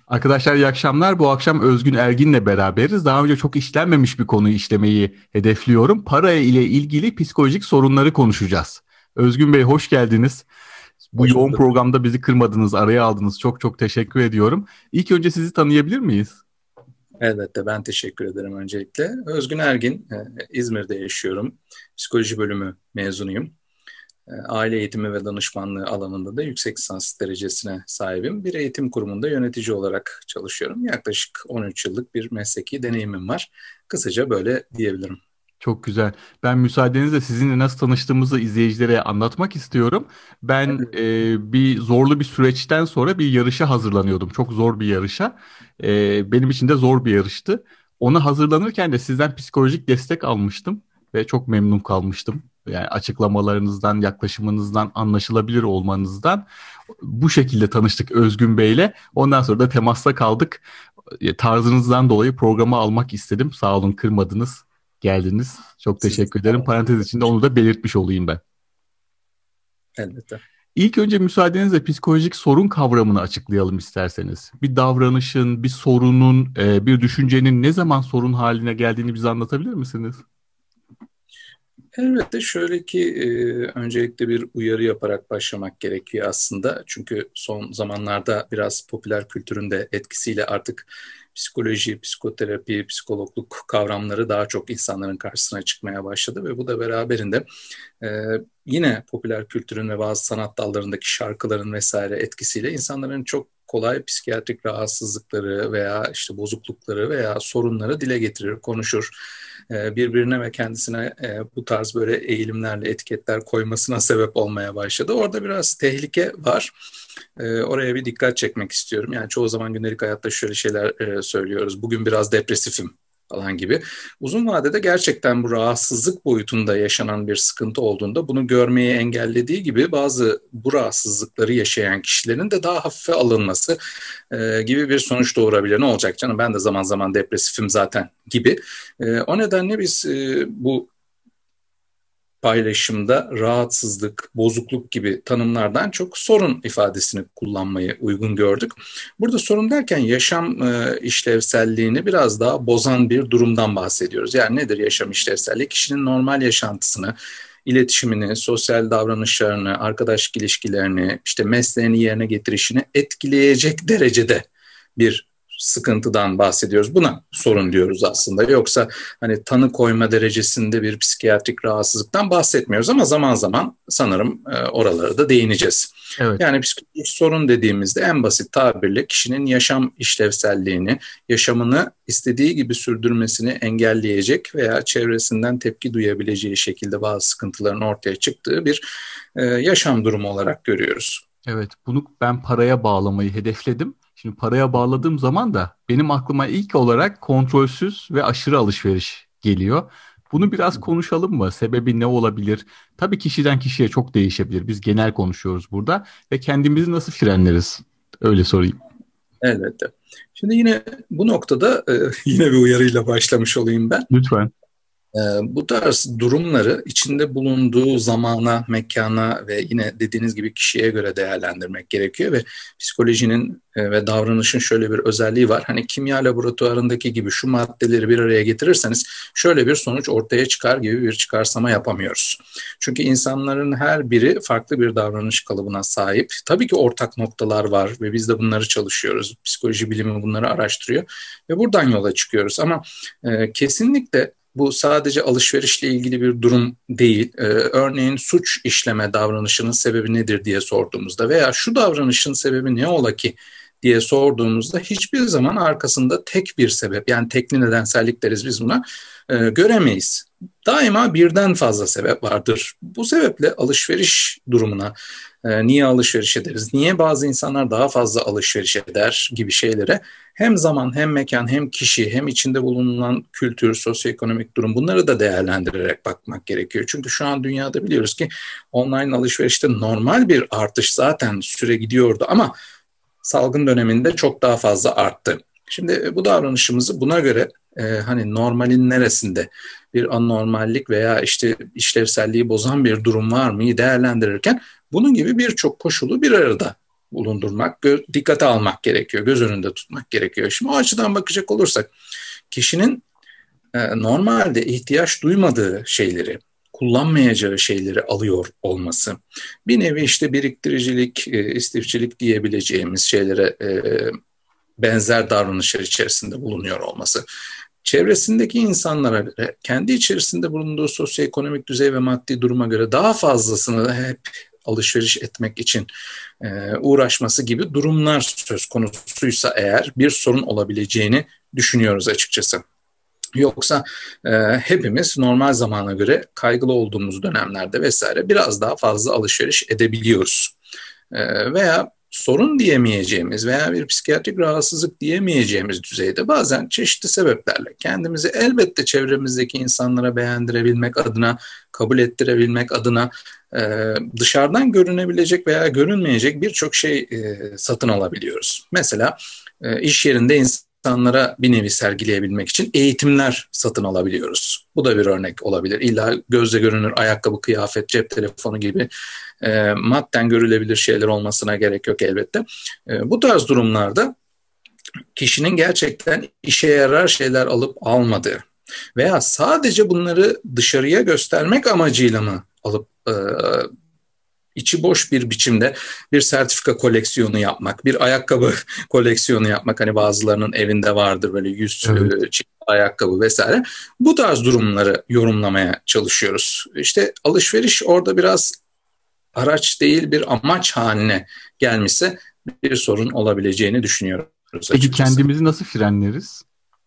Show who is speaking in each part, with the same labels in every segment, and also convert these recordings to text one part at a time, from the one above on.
Speaker 1: Arkadaşlar iyi akşamlar. Bu akşam Özgün Ergin'le beraberiz. Daha önce çok işlenmemiş bir konuyu işlemeyi hedefliyorum. Para ile ilgili psikolojik sorunları konuşacağız. Özgün Bey hoş geldiniz. Bu
Speaker 2: Hoş
Speaker 1: yoğun
Speaker 2: bulduk.
Speaker 1: programda bizi kırmadınız, araya aldınız. Çok çok teşekkür ediyorum. İlk önce sizi tanıyabilir miyiz?
Speaker 2: Elbette ben teşekkür ederim öncelikle. Özgün Ergin, İzmir'de yaşıyorum. Psikoloji bölümü mezunuyum. Aile eğitimi ve danışmanlığı alanında da yüksek lisans derecesine sahibim. Bir eğitim kurumunda yönetici olarak çalışıyorum. Yaklaşık 13 yıllık bir mesleki deneyimim var. Kısaca böyle diyebilirim.
Speaker 1: Çok güzel. Ben müsaadenizle sizinle nasıl tanıştığımızı izleyicilere anlatmak istiyorum. Ben
Speaker 2: Evet.
Speaker 1: bir zorlu bir süreçten sonra bir yarışa hazırlanıyordum. Çok zor bir yarışa. Benim için de zor bir yarıştı. Ona hazırlanırken de sizden psikolojik destek almıştım ve çok memnun kalmıştım. Yani açıklamalarınızdan, yaklaşımınızdan, anlaşılabilir olmanızdan bu şekilde tanıştık Özgün Bey'le. Ondan sonra da temasta kaldık. Tarzınızdan dolayı programı almak istedim. Sağ olun, kırmadınız, geldiniz. Çok
Speaker 2: Siz de
Speaker 1: teşekkür
Speaker 2: sağ
Speaker 1: ederim.
Speaker 2: olun.
Speaker 1: Parantez içinde onu da belirtmiş olayım ben.
Speaker 2: Elbette.
Speaker 1: İlk önce müsaadenizle psikolojik sorun kavramını açıklayalım isterseniz. Bir davranışın, bir sorunun, bir düşüncenin ne zaman sorun haline geldiğini bize anlatabilir misiniz?
Speaker 2: Elbette şöyle ki öncelikle bir uyarı yaparak başlamak gerekiyor aslında. Çünkü son zamanlarda biraz popüler kültürün de etkisiyle artık psikoloji, psikoterapi, psikologluk kavramları daha çok insanların karşısına çıkmaya başladı ve bu da beraberinde e, yine popüler kültürün ve bazı sanat dallarındaki şarkıların vesaire etkisiyle insanların çok kolay psikiyatrik rahatsızlıkları veya işte bozuklukları veya sorunları dile getirir, konuşur. Birbirine ve kendisine bu tarz böyle eğilimlerle etiketler koymasına sebep olmaya başladı. Orada biraz tehlike var. Oraya bir dikkat çekmek istiyorum. Yani çoğu zaman gündelik hayatta şöyle şeyler söylüyoruz. Bugün biraz depresifim falan gibi. Uzun vadede gerçekten bu rahatsızlık boyutunda yaşanan bir sıkıntı olduğunda bunu görmeyi engellediği gibi bazı bu rahatsızlıkları yaşayan kişilerin de daha hafife alınması gibi bir sonuç doğurabilir. Ne olacak canım, ben de zaman zaman depresifim zaten gibi. O nedenle biz bu paylaşımda rahatsızlık, bozukluk gibi tanımlardan çok sorun ifadesini kullanmayı uygun gördük. Burada sorun derken yaşam işlevselliğini biraz daha bozan bir durumdan bahsediyoruz. Yani nedir yaşam işlevselliği? Kişinin normal yaşantısını, iletişimini, sosyal davranışlarını, arkadaşlık ilişkilerini, işte mesleğini yerine getirişini etkileyecek derecede bir sıkıntıdan bahsediyoruz. Buna sorun diyoruz aslında. Yoksa hani tanı koyma derecesinde bir psikiyatrik rahatsızlıktan bahsetmiyoruz ama zaman zaman sanırım oralara da değineceğiz.
Speaker 1: Evet.
Speaker 2: Yani psikolojik sorun dediğimizde en basit tabirle kişinin yaşam işlevselliğini, yaşamını istediği gibi sürdürmesini engelleyecek veya çevresinden tepki duyabileceği şekilde bazı sıkıntıların ortaya çıktığı bir yaşam durumu olarak görüyoruz.
Speaker 1: Evet, bunu ben paraya bağlamayı hedefledim. Şimdi paraya bağladığım zaman da benim aklıma ilk olarak kontrolsüz ve aşırı alışveriş geliyor. Bunu biraz konuşalım mı? Sebebi ne olabilir? Tabii kişiden kişiye çok değişebilir. Biz genel konuşuyoruz burada ve kendimizi nasıl frenleriz? Öyle sorayım.
Speaker 2: Elbette. Şimdi yine bu noktada yine bir uyarıyla başlamış olayım ben.
Speaker 1: Lütfen.
Speaker 2: Bu tarz durumları içinde bulunduğu zamana, mekana ve yine dediğiniz gibi kişiye göre değerlendirmek gerekiyor ve psikolojinin ve davranışın şöyle bir özelliği var. Hani kimya laboratuvarındaki gibi şu maddeleri bir araya getirirseniz şöyle bir sonuç ortaya çıkar gibi bir çıkarsama yapamıyoruz. Çünkü insanların her biri farklı bir davranış kalıbına sahip. Tabii ki ortak noktalar var ve biz de bunları çalışıyoruz. Psikoloji bilimi bunları araştırıyor ve buradan yola çıkıyoruz. Ama kesinlikle bu sadece alışverişle ilgili bir durum değil. Örneğin suç işleme davranışının sebebi nedir diye sorduğumuzda veya şu davranışın sebebi ne ola ki diye sorduğumuzda hiçbir zaman arkasında tek bir sebep, yani tekli nedensellik deriz biz buna, göremeyiz. Daima birden fazla sebep vardır. Bu sebeple alışveriş durumuna niye alışveriş ederiz, niye bazı insanlar daha fazla alışveriş eder gibi şeylere hem zaman hem mekan hem kişi hem içinde bulunan kültür, sosyoekonomik durum bunları da değerlendirerek bakmak gerekiyor. Çünkü şu an dünyada biliyoruz ki online alışverişte normal bir artış zaten süre gidiyordu ama salgın döneminde çok daha fazla arttı. Şimdi bu davranışımızı buna göre hani normalin neresinde bir anormallik veya işte işlevselliği bozan bir durum var mı değerlendirirken bunun gibi birçok koşulu bir arada bulundurmak, dikkate almak gerekiyor, göz önünde tutmak gerekiyor. Şimdi o açıdan bakacak olursak kişinin normalde ihtiyaç duymadığı şeyleri, kullanmayacağı şeyleri alıyor olması, bir nevi işte biriktiricilik, istifçilik diyebileceğimiz şeylere benzer davranışlar içerisinde bulunuyor olması, çevresindeki insanlara göre, kendi içerisinde bulunduğu sosyoekonomik düzey ve maddi duruma göre daha fazlasını hep alışveriş etmek için uğraşması gibi durumlar söz konusuysa eğer bir sorun olabileceğini düşünüyoruz açıkçası. Yoksa hepimiz normal zamana göre kaygılı olduğumuz dönemlerde vesaire biraz daha fazla alışveriş edebiliyoruz. Veya sorun diyemeyeceğimiz veya bir psikiyatrik rahatsızlık diyemeyeceğimiz düzeyde bazen çeşitli sebeplerle kendimizi elbette çevremizdeki insanlara beğendirebilmek adına, kabul ettirebilmek adına dışarıdan görünebilecek veya görünmeyecek birçok şey satın alabiliyoruz. Mesela iş yerinde insanlara bir nevi sergileyebilmek için eğitimler satın alabiliyoruz. Bu da bir örnek olabilir. İlla gözle görünür ayakkabı, kıyafet, cep telefonu gibi madden görülebilir şeyler olmasına gerek yok elbette. Bu tarz durumlarda kişinin gerçekten işe yarar şeyler alıp almadığı veya sadece bunları dışarıya göstermek amacıyla mı alıp içi boş bir biçimde bir sertifika koleksiyonu yapmak, bir ayakkabı koleksiyonu yapmak, hani bazılarının evinde vardır böyle 100
Speaker 1: Evet.
Speaker 2: çift ayakkabı vesaire. Bu tarz durumları yorumlamaya çalışıyoruz. İşte alışveriş orada biraz araç değil bir amaç haline gelmişse bir sorun olabileceğini düşünüyoruz
Speaker 1: Peki
Speaker 2: açıkçası.
Speaker 1: kendimizi nasıl frenleriz?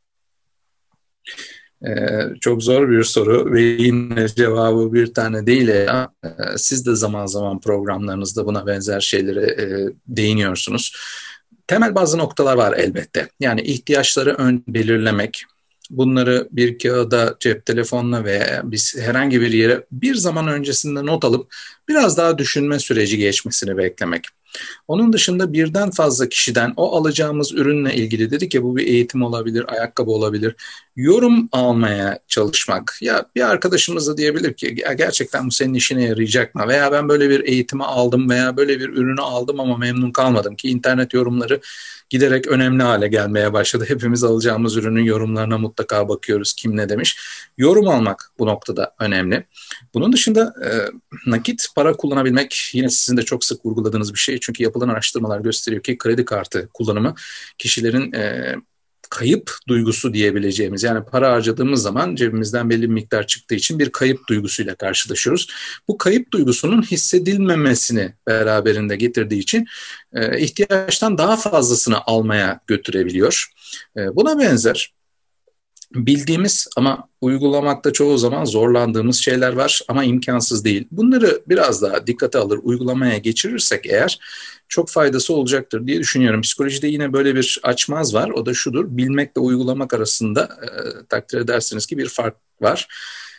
Speaker 2: Çok zor bir soru ve yine cevabı bir tane değil ya. Siz de zaman zaman programlarınızda buna benzer şeylere değiniyorsunuz. Temel bazı noktalar var elbette. Yani ihtiyaçları ön belirlemek, bunları bir kağıda, cep telefonuna veya biz herhangi bir yere bir zaman öncesinde not alıp biraz daha düşünme süreci geçmesini beklemek. Onun dışında birden fazla kişiden o alacağımız ürünle ilgili dedik ya, bu bir eğitim olabilir, ayakkabı olabilir. Yorum almaya çalışmak. Ya bir arkadaşımız da diyebilir ki ya gerçekten bu senin işine yarayacak mı? Veya ben böyle bir eğitimi aldım veya böyle bir ürünü aldım ama memnun kalmadım, ki internet yorumları giderek önemli hale gelmeye başladı. Hepimiz alacağımız ürünün yorumlarına mutlaka bakıyoruz. Kim ne demiş? Yorum almak bu noktada önemli. Bunun dışında nakit para kullanabilmek yine sizin de çok sık vurguladığınız bir şey. Çünkü yapılan araştırmalar gösteriyor ki kredi kartı kullanımı kişilerin kayıp duygusu diyebileceğimiz, yani para harcadığımız zaman cebimizden belli bir miktar çıktığı için bir kayıp duygusuyla karşılaşıyoruz. Bu kayıp duygusunun hissedilmemesini beraberinde getirdiği için ihtiyaçtan daha fazlasını almaya götürebiliyor. Buna benzer bildiğimiz ama uygulamakta çoğu zaman zorlandığımız şeyler var ama imkansız değil. Bunları biraz daha dikkate alır, uygulamaya geçirirsek eğer çok faydası olacaktır diye düşünüyorum. Psikolojide yine böyle bir açmaz var. O da şudur: bilmekle uygulamak arasında takdir edersiniz ki bir fark var.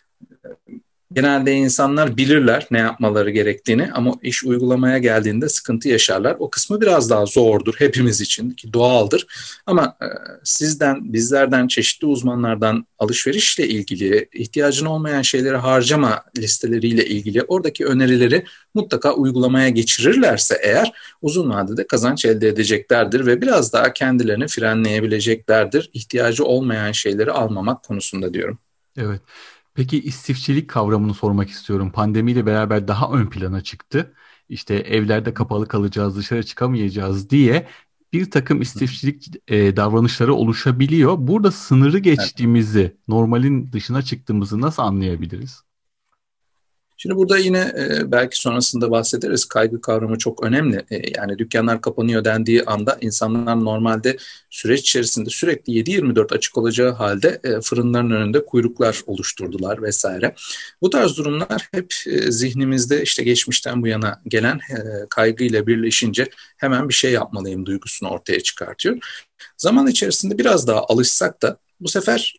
Speaker 2: Genelde insanlar bilirler ne yapmaları gerektiğini ama iş uygulamaya geldiğinde sıkıntı yaşarlar. O kısmı biraz daha zordur hepimiz için, ki doğaldır. Ama sizden, bizlerden, çeşitli uzmanlardan alışverişle ilgili, ihtiyacın olmayan şeyleri harcama listeleriyle ilgili oradaki önerileri mutlaka uygulamaya geçirirlerse eğer uzun vadede kazanç elde edeceklerdir ve biraz daha kendilerini frenleyebileceklerdir. İhtiyacı olmayan şeyleri almamak konusunda diyorum.
Speaker 1: Evet. Peki istifçilik kavramını sormak istiyorum. Pandemiyle beraber daha ön plana çıktı. İşte evlerde kapalı kalacağız, dışarı çıkamayacağız diye bir takım istifçilik davranışları oluşabiliyor. Burada sınırı
Speaker 2: Evet.
Speaker 1: geçtiğimizi, normalin dışına çıktığımızı nasıl anlayabiliriz?
Speaker 2: Şimdi burada yine belki sonrasında bahsederiz. Kaygı kavramı çok önemli. Yani dükkanlar kapanıyor dendiği anda insanlar normalde süreç içerisinde sürekli 7/24 açık olacağı halde fırınların önünde kuyruklar oluşturdular vesaire. Bu tarz durumlar hep zihnimizde işte geçmişten bu yana gelen kaygıyla birleşince hemen bir şey yapmalıyım duygusunu ortaya çıkartıyor. Zaman içerisinde biraz daha alışsak da bu sefer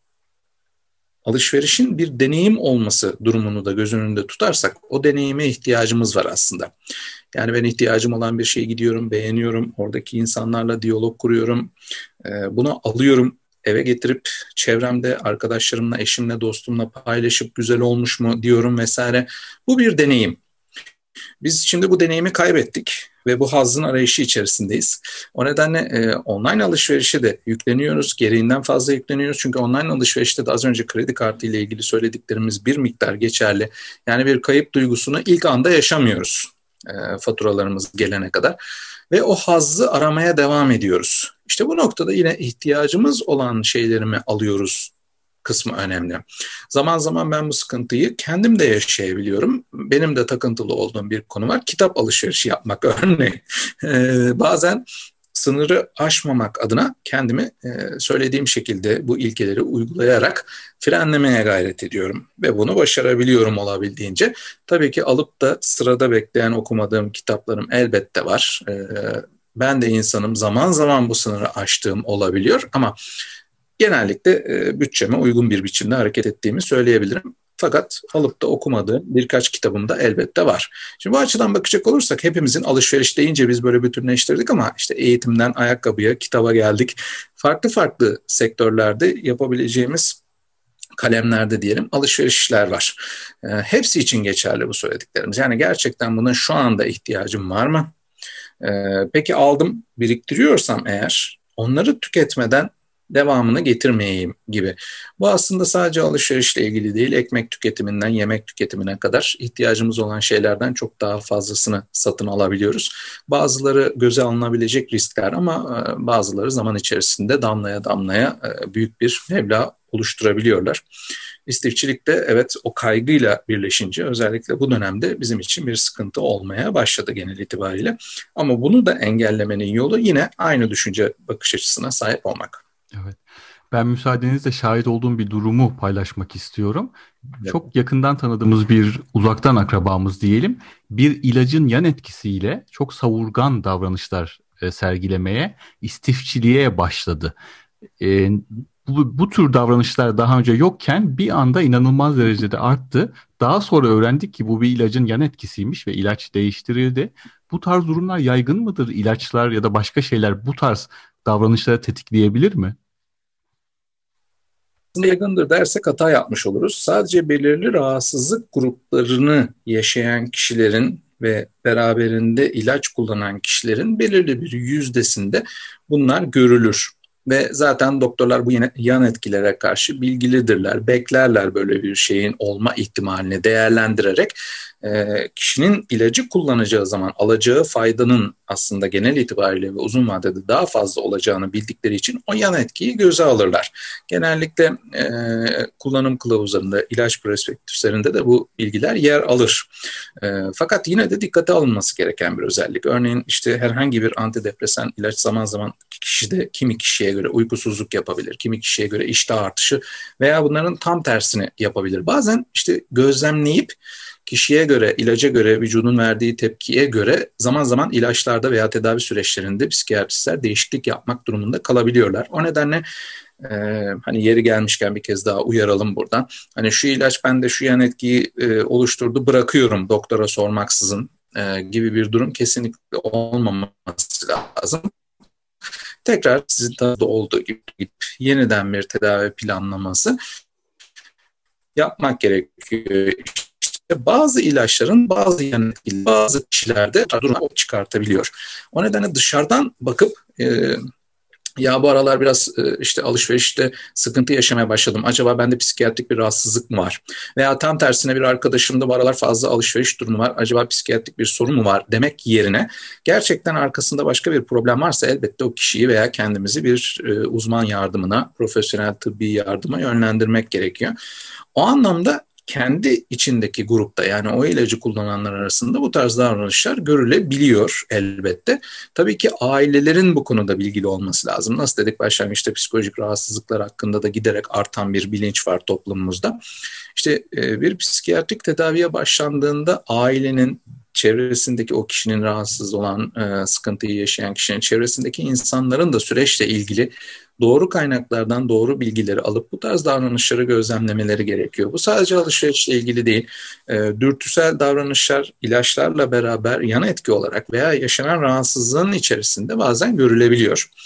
Speaker 2: alışverişin bir deneyim olması durumunu da göz önünde tutarsak o deneyime ihtiyacımız var aslında. Yani ben ihtiyacım olan bir şeye gidiyorum, beğeniyorum, oradaki insanlarla diyalog kuruyorum, bunu alıyorum, eve getirip çevremde arkadaşlarımla, eşimle, dostumla paylaşıp güzel olmuş mu diyorum vesaire. Bu bir deneyim. Biz şimdi bu deneyimi kaybettik ve bu hazzın arayışı içerisindeyiz. O nedenle online alışverişe de yükleniyoruz, gereğinden fazla yükleniyoruz. Çünkü online alışverişte de az önce kredi kartı ile ilgili söylediklerimiz bir miktar geçerli. Yani bir kayıp duygusunu ilk anda yaşamıyoruz faturalarımız gelene kadar. Ve o hazzı aramaya devam ediyoruz. İşte bu noktada yine ihtiyacımız olan şeyleri mi alıyoruz kısmı önemli. Zaman zaman ben bu sıkıntıyı kendim de yaşayabiliyorum. Benim de takıntılı olduğum bir konu var. Kitap alışverişi yapmak örneğin. Bazen sınırı aşmamak adına kendimi söylediğim şekilde bu ilkeleri uygulayarak frenlemeye gayret ediyorum. Ve bunu başarabiliyorum olabildiğince. Tabii ki alıp da sırada bekleyen okumadığım kitaplarım elbette var. Ben de insanım, zaman zaman bu sınırı aştığım olabiliyor ama genellikle bütçeme uygun bir biçimde hareket ettiğimi söyleyebilirim. Fakat alıp da okumadığım birkaç kitabım da elbette var. Şimdi bu açıdan bakacak olursak hepimizin alışveriş deyince biz böyle bütünleştirdik ama işte eğitimden ayakkabıya, kitaba geldik. Farklı farklı sektörlerde yapabileceğimiz kalemlerde diyelim alışverişler var. Hepsi için geçerli bu söylediklerimiz. Yani gerçekten buna şu anda ihtiyacım var mı? Peki aldım, biriktiriyorsam eğer onları tüketmeden devamını getirmeyeyim gibi. Bu aslında sadece alışverişle ilgili değil, ekmek tüketiminden yemek tüketimine kadar ihtiyacımız olan şeylerden çok daha fazlasını satın alabiliyoruz. Bazıları göze alınabilecek riskler ama bazıları zaman içerisinde damlaya damlaya büyük bir meblağ oluşturabiliyorlar. İstifçilik de evet o kaygıyla birleşince özellikle bu dönemde bizim için bir sıkıntı olmaya başladı genel itibariyle. Ama bunu da engellemenin yolu yine aynı düşünce bakış açısına sahip olmak.
Speaker 1: Evet. Ben müsaadenizle şahit olduğum bir durumu paylaşmak istiyorum.
Speaker 2: Evet.
Speaker 1: Çok yakından tanıdığımız bir uzaktan akrabamız diyelim, bir ilacın yan etkisiyle çok savurgan davranışlar sergilemeye, istifçiliğe başladı. E, bu tür davranışlar daha önce yokken bir anda inanılmaz derecede arttı. Daha sonra öğrendik ki bu bir ilacın yan etkisiymiş ve ilaç değiştirildi. Bu tarz durumlar yaygın mıdır? İlaçlar ya da başka şeyler bu tarz davranışları tetikleyebilir mi?
Speaker 2: Yaygındır dersek hata yapmış oluruz. Sadece belirli rahatsızlık gruplarını yaşayan kişilerin ve beraberinde ilaç kullanan kişilerin belirli bir yüzdesinde bunlar görülür. Ve zaten doktorlar bu yan etkilere karşı bilgilidirler, beklerler böyle bir şeyin olma ihtimalini değerlendirerek kişinin ilacı kullanacağı zaman alacağı faydanın aslında genel itibariyle ve uzun vadede daha fazla olacağını bildikleri için o yan etkiyi göze alırlar. Genellikle kullanım kılavuzlarında, ilaç prospektüslerinde de bu bilgiler yer alır. Fakat yine de dikkate alınması gereken bir özellik. Örneğin işte herhangi bir antidepresan ilaç zaman zaman kişide kimi kişiye göre uykusuzluk yapabilir, kimi kişiye göre iştah artışı veya bunların tam tersini yapabilir. Bazen işte gözlemleyip kişiye göre, ilaca göre, vücudun verdiği tepkiye göre zaman zaman ilaçlarda veya tedavi süreçlerinde psikiyatristler değişiklik yapmak durumunda kalabiliyorlar. O nedenle hani yeri gelmişken bir kez daha uyaralım buradan. Hani şu ilaç bende şu yan etkiyi oluşturdu, bırakıyorum doktora sormaksızın gibi bir durum kesinlikle olmaması lazım. Tekrar sizin tarzda olduğu gibi yeniden bir tedavi planlaması yapmak gerekiyor. İşte bazı ilaçların bazı yan etkileri bazı kişilerde durum çıkartabiliyor. O nedenle dışarıdan bakıp ya bu aralar biraz işte alışverişte sıkıntı yaşamaya başladım. Acaba bende psikiyatrik bir rahatsızlık mı var? Veya tam tersine bir arkadaşımda bu aralar fazla alışveriş durumu var. Acaba psikiyatrik bir sorun mu var demek yerine gerçekten arkasında başka bir problem varsa elbette o kişiyi veya kendimizi bir uzman yardımına, profesyonel tıbbi yardıma yönlendirmek gerekiyor. O anlamda kendi içindeki grupta yani o ilacı kullananlar arasında bu tarz davranışlar görülebiliyor elbette. Tabii ki ailelerin bu konuda bilgili olması lazım. Nasıl dedik başlangıçta psikolojik rahatsızlıklar hakkında da giderek artan bir bilinç var toplumumuzda. İşte bir psikiyatrik tedaviye başlandığında ailenin çevresindeki o kişinin rahatsız olan, sıkıntıyı yaşayan kişinin çevresindeki insanların da süreçle ilgili doğru kaynaklardan doğru bilgileri alıp bu tarz davranışları gözlemlemeleri gerekiyor. Bu sadece alışverişle ilgili değil. Dürtüsel davranışlar ilaçlarla beraber yan etki olarak veya yaşanan rahatsızlığın içerisinde bazen görülebiliyor.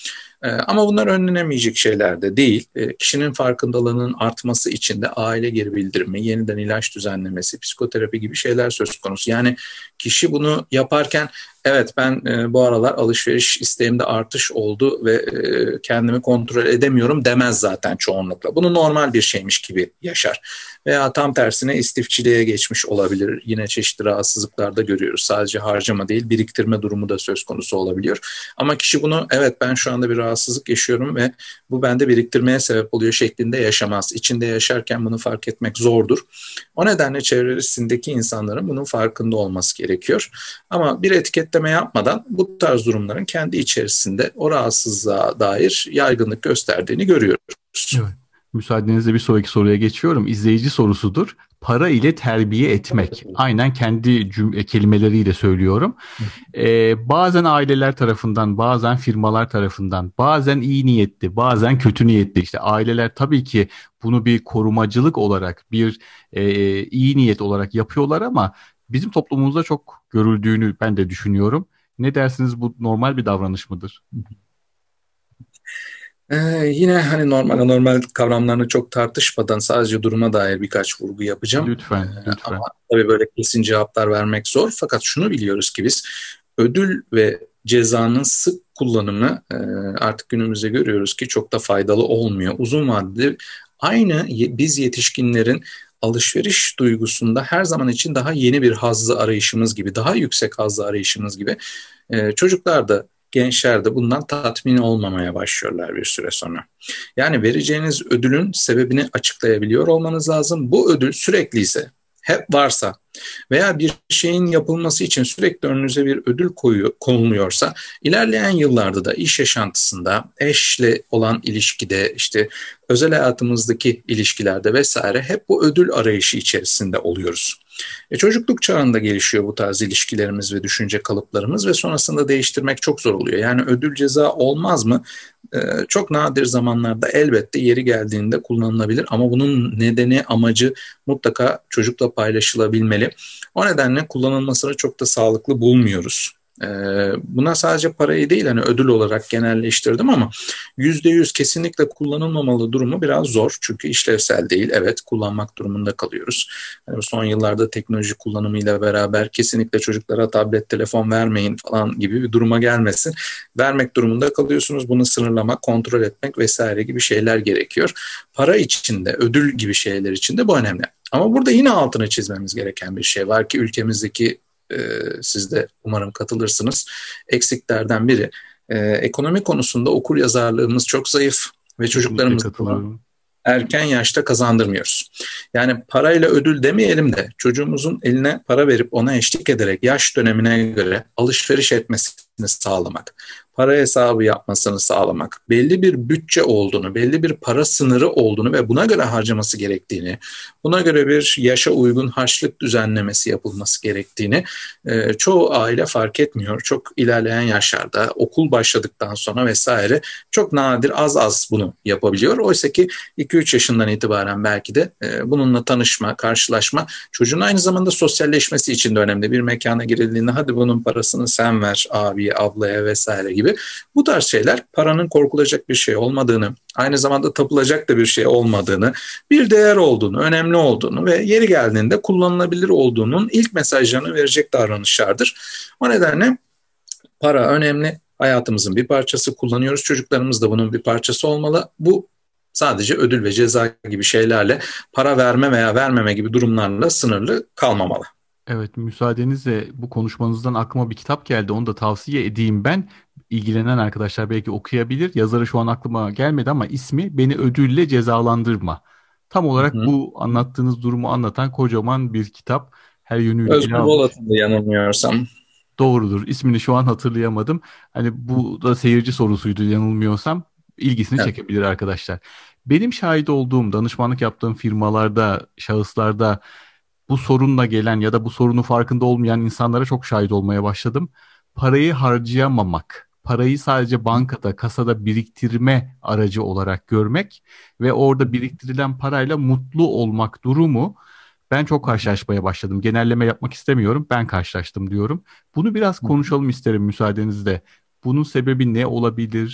Speaker 2: Ama bunlar önlenemeyecek şeyler de değil. Kişinin farkındalığının artması için de aile geri bildirimi, yeniden ilaç düzenlemesi, psikoterapi gibi şeyler söz konusu. Yani kişi bunu yaparken evet ben bu aralar alışveriş isteğimde artış oldu ve kendimi kontrol edemiyorum demez zaten çoğunlukla. Bunu normal bir şeymiş gibi yaşar. Veya tam tersine istifçiliğe geçmiş olabilir. Yine çeşitli rahatsızlıklarda görüyoruz. Sadece harcama değil, biriktirme durumu da söz konusu olabiliyor. Ama kişi bunu evet ben şu anda bir rahatsızlık yaşıyorum ve bu bende biriktirmeye sebep oluyor şeklinde yaşamaz. İçinde yaşarken bunu fark etmek zordur. O nedenle çevresindeki insanların bunun farkında olması gerekiyor. Ama bir etiketleme yapmadan bu tarz durumların kendi içerisinde o rahatsızlığa dair yaygınlık gösterdiğini görüyoruz.
Speaker 1: Evet. Müsaadenizle bir sonraki soruya geçiyorum. İzleyici sorusudur. Para ile terbiye etmek. Aynen kendi kelimeleriyle söylüyorum. Bazen aileler tarafından, bazen firmalar tarafından, bazen iyi niyetli, bazen kötü niyetli. İşte aileler tabii ki bunu bir korumacılık olarak, bir iyi niyet olarak yapıyorlar ama bizim toplumumuzda çok görüldüğünü ben de düşünüyorum. Ne dersiniz, bu normal bir davranış mıdır?
Speaker 2: Yine hani normal anormal kavramlarını çok tartışmadan sadece duruma dair birkaç vurgu yapacağım.
Speaker 1: Lütfen,
Speaker 2: Ama
Speaker 1: lütfen.
Speaker 2: tabii böyle kesin cevaplar vermek zor. Fakat şunu biliyoruz ki biz ödül ve cezanın sık kullanımı artık günümüzde görüyoruz ki çok da faydalı olmuyor. Uzun vadede aynı biz yetişkinlerin alışveriş duygusunda her zaman için daha yeni bir hazzı arayışımız gibi, daha yüksek hazzı arayışımız gibi çocuklar da gençler de bundan tatmin olmamaya başlıyorlar bir süre sonra. Yani vereceğiniz ödülün sebebini açıklayabiliyor olmanız lazım. Bu ödül sürekli ise, hep varsa veya bir şeyin yapılması için sürekli önünüze bir ödül konuluyorsa ilerleyen yıllarda da iş yaşantısında, eşle olan ilişkide, işte özel hayatımızdaki ilişkilerde vesaire hep bu ödül arayışı içerisinde oluyoruz. Çocukluk çağında gelişiyor bu tarz ilişkilerimiz ve düşünce kalıplarımız ve sonrasında değiştirmek çok zor oluyor. Yani ödül ceza olmaz mı? Çok nadir zamanlarda elbette yeri geldiğinde kullanılabilir ama bunun nedeni, amacı mutlaka çocukla paylaşılabilmeli. O nedenle kullanılmasını çok da sağlıklı bulmuyoruz. Buna sadece parayı değil hani ödül olarak genelleştirdim ama %100 kesinlikle kullanılmamalı durumu biraz zor. Çünkü işlevsel değil. Evet kullanmak durumunda kalıyoruz. Yani son yıllarda teknoloji kullanımıyla beraber kesinlikle çocuklara tablet, telefon vermeyin falan gibi bir duruma gelmesin. Vermek durumunda kalıyorsunuz. Bunu sınırlamak, kontrol etmek vesaire gibi şeyler gerekiyor. Para içinde, ödül gibi şeyler içinde bu önemli. Ama burada yine altını çizmemiz gereken bir şey var ki ülkemizdeki siz de umarım katılırsınız. Eksiklerden biri. Ekonomi konusunda okur yazarlığımız çok zayıf ve
Speaker 1: Kesinlikle
Speaker 2: çocuklarımız
Speaker 1: katılıyorum.
Speaker 2: erken yaşta kazandırmıyoruz. Yani parayla ödül demeyelim de çocuğumuzun eline para verip ona eşlik ederek yaş dönemine göre alışveriş etmesini sağlamak, para hesabı yapmasını sağlamak, belli bir bütçe olduğunu, belli bir para sınırı olduğunu ve buna göre harcaması gerektiğini, buna göre bir yaşa uygun harçlık düzenlemesi yapılması gerektiğini çoğu aile fark etmiyor. Çok ilerleyen yaşlarda okul başladıktan sonra vesaire çok nadir az az bunu yapabiliyor. Oysa ki 2-3 yaşından itibaren belki de bununla tanışma, karşılaşma çocuğun aynı zamanda sosyalleşmesi için de önemli. Bir mekana girildiğinde hadi bunun parasını sen ver abiye, ablaya vesaire gibi. Bu tarz şeyler paranın korkulacak bir şey olmadığını, aynı zamanda tapılacak da bir şey olmadığını, bir değer olduğunu, önemli olduğunu ve yeri geldiğinde kullanılabilir olduğunun ilk mesajlarını verecek davranışlardır. O nedenle para önemli. Hayatımızın bir parçası, kullanıyoruz. Çocuklarımız da bunun bir parçası olmalı. Bu sadece ödül ve ceza gibi şeylerle, para verme veya vermeme gibi durumlarla sınırlı kalmamalı.
Speaker 1: Evet, müsaadenizle bu konuşmanızdan aklıma bir kitap geldi. Onu da tavsiye edeyim ben. İlgilenen arkadaşlar belki okuyabilir. Yazarı şu an aklıma gelmedi ama ismi Beni Ödülle Cezalandırma. Tam
Speaker 2: Hı
Speaker 1: olarak
Speaker 2: hı.
Speaker 1: bu anlattığınız durumu anlatan kocaman bir kitap. Her yönüyle ele
Speaker 2: Özgür
Speaker 1: almış.
Speaker 2: Bolat'ın da yanılmıyorsam.
Speaker 1: Doğrudur. İsmini şu an hatırlayamadım. Hani bu da seyirci sorusuydu yanılmıyorsam. İlgisini
Speaker 2: Evet.
Speaker 1: çekebilir arkadaşlar. Benim şahit olduğum, danışmanlık yaptığım firmalarda, şahıslarda bu sorunla gelen ya da bu sorunu farkında olmayan insanlara çok şahit olmaya başladım. Parayı harcayamamak, parayı sadece bankada, kasada biriktirme aracı olarak görmek ve orada biriktirilen parayla mutlu olmak durumu ben çok karşılaşmaya başladım. Genelleme yapmak istemiyorum, ben karşılaştım diyorum. Bunu biraz konuşalım isterim müsaadenizle. Bunun sebebi ne olabilir?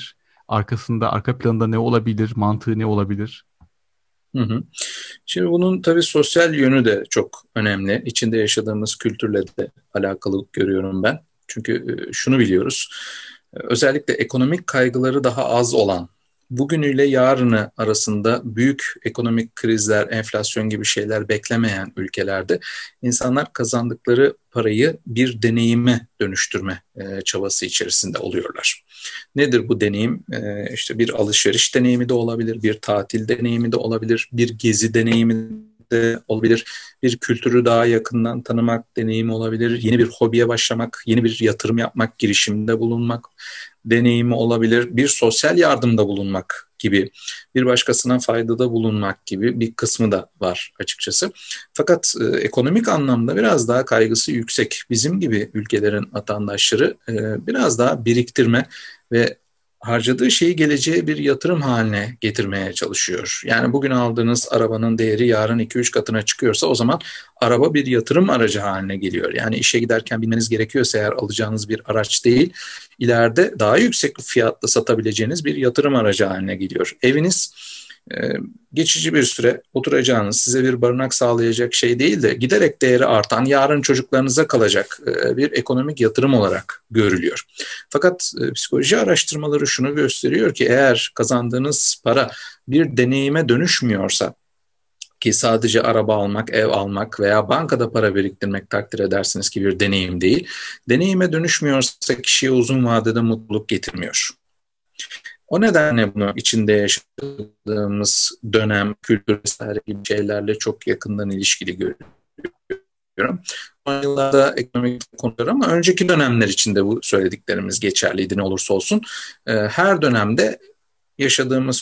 Speaker 1: Arkasında, arka planında ne olabilir, mantığı ne olabilir?
Speaker 2: Hı hı. Şimdi bunun tabii sosyal yönü de çok önemli. İçinde yaşadığımız kültürle de alakalı görüyorum ben. Çünkü şunu biliyoruz. Özellikle ekonomik kaygıları daha az olan, bugünüyle yarını arasında büyük ekonomik krizler, enflasyon gibi şeyler beklemeyen ülkelerde insanlar kazandıkları parayı bir deneyime dönüştürme çabası içerisinde oluyorlar. Nedir bu deneyim? İşte bir alışveriş deneyimi de olabilir, bir tatil deneyimi de olabilir, bir gezi deneyimi de olabilir, bir kültürü daha yakından tanımak deneyimi olabilir, yeni bir hobiye başlamak, yeni bir yatırım yapmak, girişimde bulunmak deneyimi olabilir, bir sosyal yardımda bulunmak gibi, bir başkasına faydada bulunmak gibi bir kısmı da var açıkçası. Fakat ekonomik anlamda biraz daha kaygısı yüksek. Bizim gibi ülkelerin vatandaşları biraz daha biriktirme ve harcadığı şeyi geleceğe bir yatırım haline getirmeye çalışıyor. Yani bugün aldığınız arabanın değeri yarın 2-3 katına çıkıyorsa o zaman araba bir yatırım aracı haline geliyor. Yani işe giderken bilmeniz gerekiyorsa eğer alacağınız bir araç değil, ileride daha yüksek fiyatla satabileceğiniz bir yatırım aracı haline geliyor. Eviniz geçici bir süre oturacağınız, size bir barınak sağlayacak şey değil de giderek değeri artan, yarın çocuklarınıza kalacak bir ekonomik yatırım olarak görülüyor. Fakat psikoloji araştırmaları şunu gösteriyor ki eğer kazandığınız para bir deneyime dönüşmüyorsa, ki sadece araba almak, ev almak veya bankada para biriktirmek takdir edersiniz ki bir deneyim değil. Deneyime dönüşmüyorsa kişiye uzun vadede mutluluk getirmiyor. O nedenle bunu içinde yaşadığımız dönem, kültür vesaire gibi şeylerle çok yakından ilişkili görüyorum. Son yıllarda ekonomik konular ama önceki dönemler içinde bu söylediklerimiz geçerliydi ne olursa olsun. Her dönemde yaşadığımız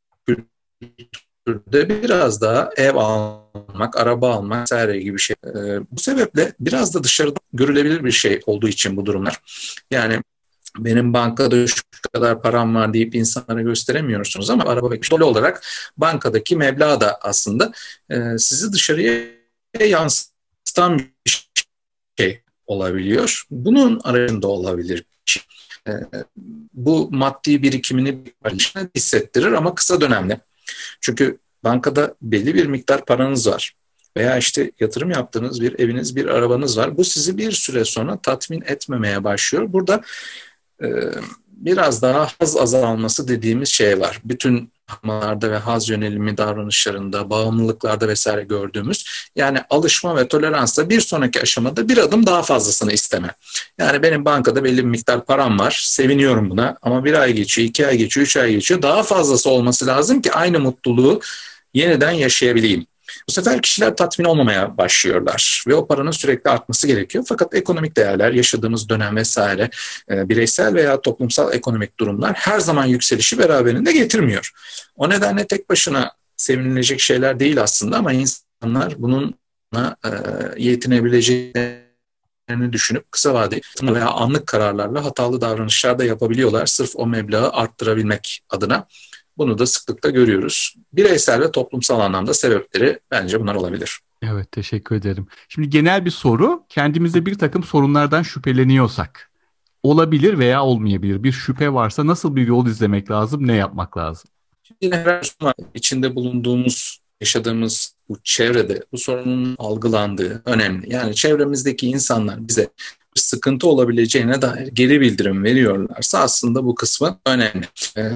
Speaker 2: kültürde biraz daha ev almak, araba almak vesaire gibi şey. Bu sebeple biraz da dışarıda görülebilir bir şey olduğu için bu durumlar. Yani benim bankada şu kadar param var deyip insanlara gösteremiyorsunuz ama araba ve dolu olarak bankadaki meblağ da aslında sizi dışarıya yansıtan bir şey olabiliyor. Bunun arasında olabilir. E, Bu maddi birikimini hissettirir ama kısa dönemli. Çünkü bankada belli bir miktar paranız var. Veya işte yatırım yaptığınız bir eviniz, bir arabanız var. Bu sizi bir süre sonra tatmin etmemeye başlıyor. Burada biraz daha haz azalması dediğimiz şey var. Bütün hamalarda ve haz yönelimi davranışlarında, bağımlılıklarda vesaire gördüğümüz, yani alışma ve toleransla bir sonraki aşamada bir adım daha fazlasını isteme. Yani benim bankada belli bir miktar param var, seviniyorum buna ama bir ay geçiyor, 2 ay geçiyor, 3 ay geçiyor. Daha fazlası olması lazım ki aynı mutluluğu yeniden yaşayabileyim. Bu sefer kişiler tatmin olmamaya başlıyorlar ve o paranın sürekli artması gerekiyor. Fakat ekonomik değerler, yaşadığımız dönem vesaire, bireysel veya toplumsal ekonomik durumlar her zaman yükselişi beraberinde getirmiyor. O nedenle tek başına sevinilecek şeyler değil aslında ama insanlar bununla yetinebileceğini düşünüp kısa vadeli veya anlık kararlarla hatalı davranışlar da yapabiliyorlar. Sırf o meblağı arttırabilmek adına. Bunu da sıklıkla görüyoruz. Bireysel ve toplumsal anlamda sebepleri bence bunlar olabilir.
Speaker 1: Evet, teşekkür ederim. Şimdi genel bir soru. Kendimizde bir takım sorunlardan şüpheleniyorsak, olabilir veya olmayabilir. Bir şüphe varsa nasıl bir yol izlemek lazım, ne yapmak lazım?
Speaker 2: Yine her zaman içinde bulunduğumuz, yaşadığımız bu çevrede bu sorunun algılandığı önemli. Yani çevremizdeki insanlar bize bir sıkıntı olabileceğine dair geri bildirim veriyorlarsa aslında bu kısmı önemli.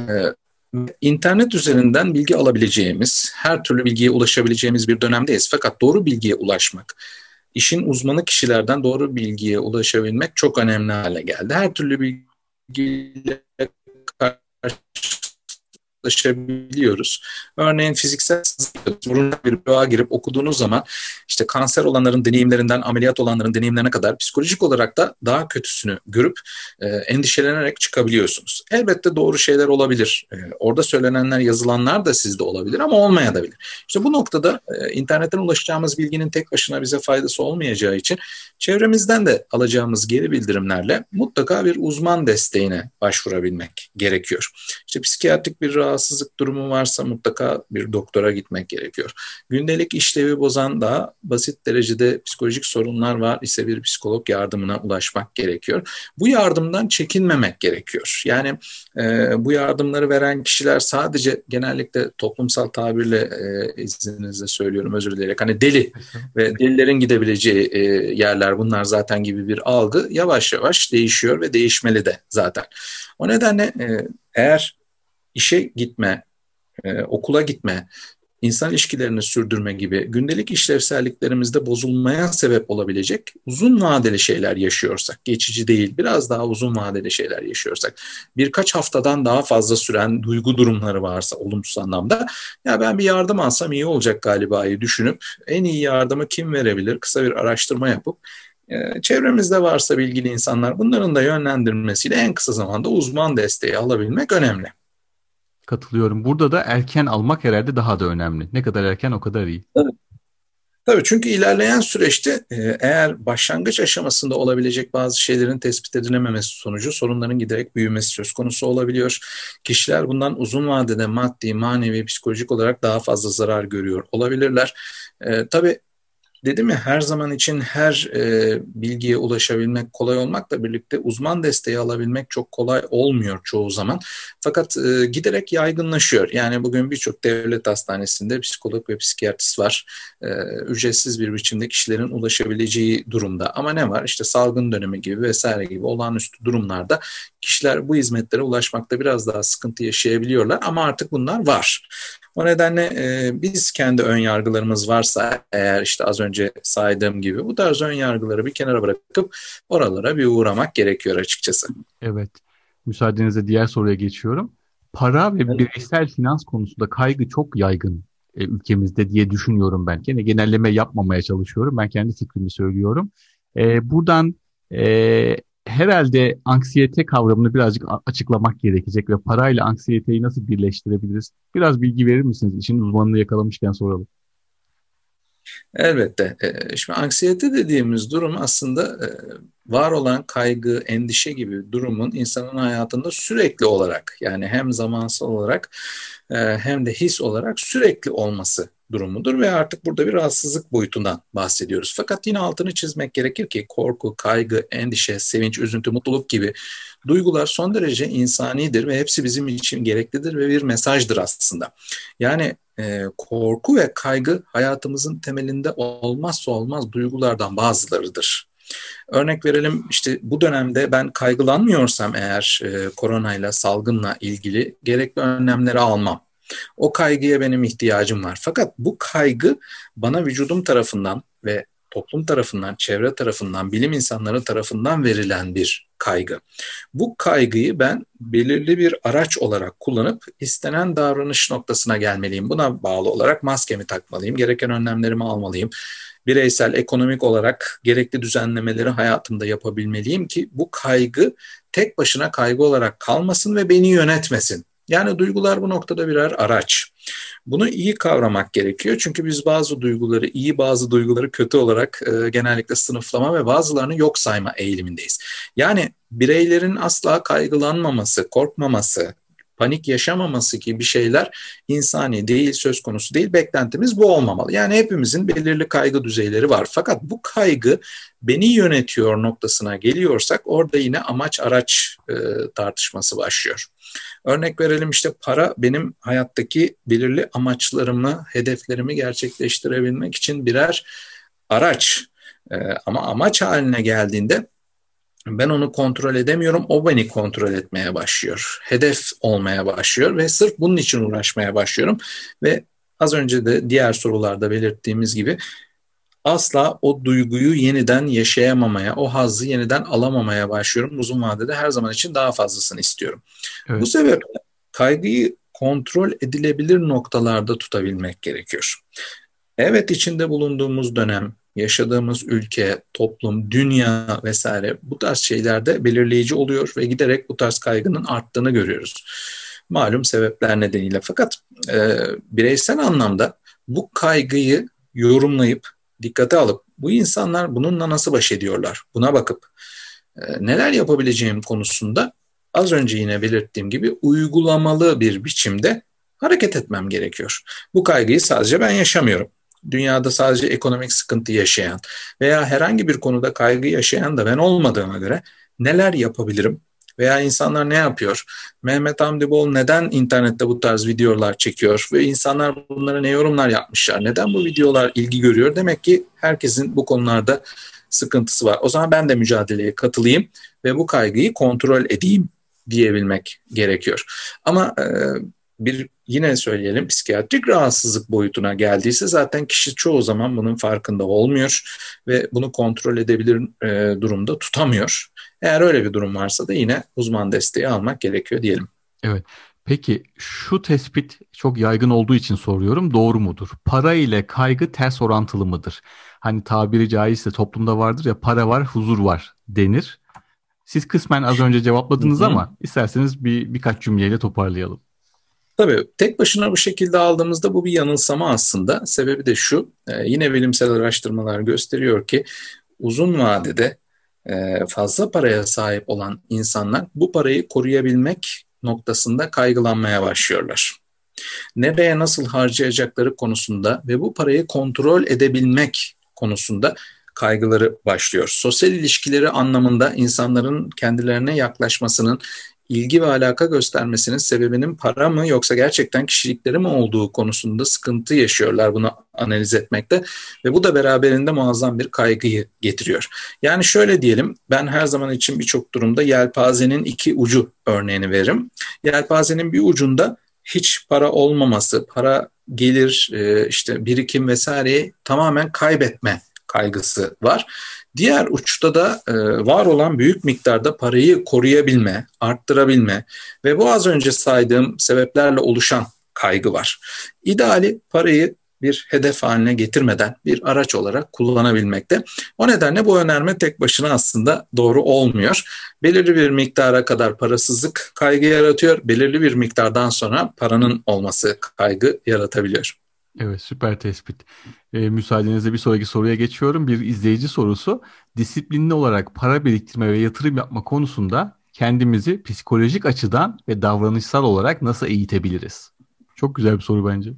Speaker 2: İnternet üzerinden bilgi alabileceğimiz, her türlü bilgiye ulaşabileceğimiz bir dönemdeyiz. Fakat doğru bilgiye ulaşmak, işin uzmanı kişilerden doğru bilgiye ulaşabilmek çok önemli hale geldi. Her türlü bilgiyle ulaşabiliyoruz. Örneğin fiziksel burundan bir bloğa girip okuduğunuz zaman işte kanser olanların deneyimlerinden ameliyat olanların deneyimlerine kadar psikolojik olarak da daha kötüsünü görüp endişelenerek çıkabiliyorsunuz. Elbette doğru şeyler olabilir. Orada söylenenler, yazılanlar da sizde olabilir ama olmayabilir. İşte bu noktada internetten ulaşacağımız bilginin tek başına bize faydası olmayacağı için çevremizden de alacağımız geri bildirimlerle mutlaka bir uzman desteğine başvurabilmek gerekiyor. İşte psikiyatrik bir rahatsızlık durumu varsa mutlaka bir doktora gitmek gerekiyor. Gündelik işlevi bozan daha basit derecede psikolojik sorunlar var ise bir psikolog yardımına ulaşmak gerekiyor. Bu yardımdan çekinmemek gerekiyor. Yani bu yardımları veren kişiler sadece genellikle toplumsal tabirle izninizle söylüyorum, özür dileyerek, hani deli ve delilerin gidebileceği yerler bunlar zaten gibi bir algı yavaş yavaş değişiyor ve değişmeli de zaten. O nedenle eğer işe gitme, okula gitme, insan ilişkilerini sürdürme gibi gündelik işlevselliklerimizde bozulmaya sebep olabilecek uzun vadeli şeyler yaşıyorsak, geçici değil, biraz daha uzun vadeli şeyler yaşıyorsak, birkaç haftadan daha fazla süren duygu durumları varsa olumsuz anlamda, ya ben bir yardım alsam iyi olacak galiba'yı düşünüp en iyi yardımı kim verebilir? Kısa bir araştırma yapıp çevremizde varsa bilgili insanlar bunların da yönlendirmesiyle en kısa zamanda uzman desteği alabilmek önemli.
Speaker 1: Katılıyorum. Burada da erken almak herhalde daha da önemli. Ne kadar erken o kadar iyi.
Speaker 2: Tabii, çünkü ilerleyen süreçte eğer başlangıç aşamasında olabilecek bazı şeylerin tespit edilememesi sonucu sorunların giderek büyümesi söz konusu olabiliyor. Kişiler bundan uzun vadede maddi, manevi, psikolojik olarak daha fazla zarar görüyor olabilirler. Tabii, dedim ya, her zaman için her bilgiye ulaşabilmek kolay olmakla birlikte uzman desteği alabilmek çok kolay olmuyor çoğu zaman. Fakat giderek yaygınlaşıyor. Yani bugün birçok devlet hastanesinde psikolog ve psikiyatrist var. Ücretsiz bir biçimde kişilerin ulaşabileceği durumda. Ama ne var? İşte salgın dönemi gibi vesaire gibi olağanüstü durumlarda kişiler bu hizmetlere ulaşmakta biraz daha sıkıntı yaşayabiliyorlar. Ama artık bunlar var. O nedenle biz kendi ön yargılarımız varsa eğer, işte az önce saydığım gibi, bu tarz ön yargıları bir kenara bırakıp oralara bir uğramak gerekiyor açıkçası.
Speaker 1: Evet. Müsaadenizle diğer soruya geçiyorum. Para ve bireysel finans konusunda kaygı çok yaygın ülkemizde diye düşünüyorum ben. Gene genelleme yapmamaya çalışıyorum. Ben kendi fikrimi söylüyorum. Buradan herhalde anksiyete kavramını birazcık açıklamak gerekecek ve parayla anksiyeteyi nasıl birleştirebiliriz? Biraz bilgi verir misiniz? İşin uzmanını yakalamışken soralım.
Speaker 2: Elbette. Şimdi anksiyete dediğimiz durum aslında var olan kaygı, endişe gibi durumun insanın hayatında sürekli olarak, yani hem zamansal olarak hem de his olarak sürekli olması durumudur ve artık burada bir rahatsızlık boyutundan bahsediyoruz. Fakat yine altını çizmek gerekir ki korku, kaygı, endişe, sevinç, üzüntü, mutluluk gibi duygular son derece insanidir ve hepsi bizim için gereklidir ve bir mesajdır aslında. Yani korku ve kaygı hayatımızın temelinde olmazsa olmaz duygulardan bazılarıdır. Örnek verelim, işte bu dönemde ben kaygılanmıyorsam eğer koronayla, salgınla ilgili gerekli önlemleri almam. O kaygıya benim ihtiyacım var. Fakat bu kaygı bana vücudum tarafından ve toplum tarafından, çevre tarafından, bilim insanları tarafından verilen bir kaygı. Bu kaygıyı ben belirli bir araç olarak kullanıp istenen davranış noktasına gelmeliyim. Buna bağlı olarak maskemi takmalıyım, gereken önlemlerimi almalıyım. Bireysel, ekonomik olarak gerekli düzenlemeleri hayatımda yapabilmeliyim ki bu kaygı tek başına kaygı olarak kalmasın ve beni yönetmesin. Yani duygular bu noktada birer araç. Bunu iyi kavramak gerekiyor. Çünkü biz bazı duyguları iyi, bazı duyguları kötü olarak genellikle sınıflama ve bazılarını yok sayma eğilimindeyiz. Yani bireylerin asla kaygılanmaması, korkmaması, panik yaşamaması gibi şeyler insani değil, söz konusu değil. Beklentimiz bu olmamalı. Yani hepimizin belirli kaygı düzeyleri var. Fakat bu kaygı beni yönetiyor noktasına geliyorsak orada yine amaç araç tartışması başlıyor. Örnek verelim, işte para benim hayattaki belirli amaçlarımı, hedeflerimi gerçekleştirebilmek için birer araç. Ama amaç haline geldiğinde ben onu kontrol edemiyorum, o beni kontrol etmeye başlıyor. Hedef olmaya başlıyor ve sırf bunun için uğraşmaya başlıyorum. Ve az önce de diğer sorularda belirttiğimiz gibi asla o duyguyu yeniden yaşayamamaya, o hazzı yeniden alamamaya başlıyorum. Uzun vadede her zaman için daha fazlasını istiyorum. Bu
Speaker 1: Evet.
Speaker 2: sebeple kaygıyı kontrol edilebilir noktalarda tutabilmek gerekiyor. Evet, içinde bulunduğumuz dönem, yaşadığımız ülke, toplum, dünya vesaire bu tarz şeylerde belirleyici oluyor ve giderek bu tarz kaygının arttığını görüyoruz. Malum sebepler nedeniyle. Fakat bireysel anlamda bu kaygıyı yorumlayıp, dikkate alıp bu insanlar bununla nasıl baş ediyorlar? Buna bakıp neler yapabileceğim konusunda az önce yine belirttiğim gibi uygulamalı bir biçimde hareket etmem gerekiyor. Bu kaygıyı sadece ben yaşamıyorum. Dünyada sadece ekonomik sıkıntı yaşayan veya herhangi bir konuda kaygı yaşayan da ben olmadığıma göre neler yapabilirim? Veya insanlar ne yapıyor? Mehmet Hamdi Bol neden internette bu tarz videolar çekiyor? Ve insanlar bunlara ne yorumlar yapmışlar? Neden bu videolar ilgi görüyor? Demek ki herkesin bu konularda sıkıntısı var. O zaman ben de mücadeleye katılayım ve bu kaygıyı kontrol edeyim diyebilmek gerekiyor. Ama bir yine söyleyelim, psikiyatrik rahatsızlık boyutuna geldiyse zaten kişi çoğu zaman bunun farkında olmuyor ve bunu kontrol edebilir durumda tutamıyor. Eğer öyle bir durum varsa da yine uzman desteği almak gerekiyor diyelim.
Speaker 1: Evet. Peki şu tespit çok yaygın olduğu için soruyorum. Doğru mudur? Para ile kaygı ters orantılı mıdır? Hani tabiri caizse toplumda vardır ya, para var, huzur var denir. Siz kısmen az önce cevapladınız
Speaker 2: Hı hı.
Speaker 1: ama isterseniz birkaç cümleyle toparlayalım.
Speaker 2: Tabii tek başına bu şekilde aldığımızda bu bir yanılsama aslında. Sebebi de şu, yine bilimsel araştırmalar gösteriyor ki uzun vadede fazla paraya sahip olan insanlar bu parayı koruyabilmek noktasında kaygılanmaya başlıyorlar. Nereye nasıl harcayacakları konusunda ve bu parayı kontrol edebilmek konusunda kaygıları başlıyor. Sosyal ilişkileri anlamında insanların kendilerine yaklaşmasının, ilgi ve alaka göstermesinin sebebinin para mı yoksa gerçekten kişilikleri mi olduğu konusunda sıkıntı yaşıyorlar bunu analiz etmekte ve bu da beraberinde muazzam bir kaygıyı getiriyor. Yani şöyle diyelim, ben her zaman için birçok durumda yelpazenin iki ucu örneğini veririm. Yelpazenin bir ucunda hiç para olmaması, para gelir, işte birikim vesaireyi tamamen kaybetme kaygısı var. Diğer uçta da var olan büyük miktarda parayı koruyabilme, arttırabilme ve bu az önce saydığım sebeplerle oluşan kaygı var. İdeali parayı bir hedef haline getirmeden bir araç olarak kullanabilmekte. O nedenle bu önerme tek başına aslında doğru olmuyor. Belirli bir miktara kadar parasızlık kaygı yaratıyor. Belirli bir miktardan sonra paranın olması kaygı yaratabiliyor.
Speaker 1: Evet, süper tespit. Müsaadenizle bir sonraki soruya geçiyorum. Bir izleyici sorusu. Disiplinli olarak para biriktirme ve yatırım yapma konusunda kendimizi psikolojik açıdan ve davranışsal olarak nasıl eğitebiliriz? Çok güzel bir soru bence.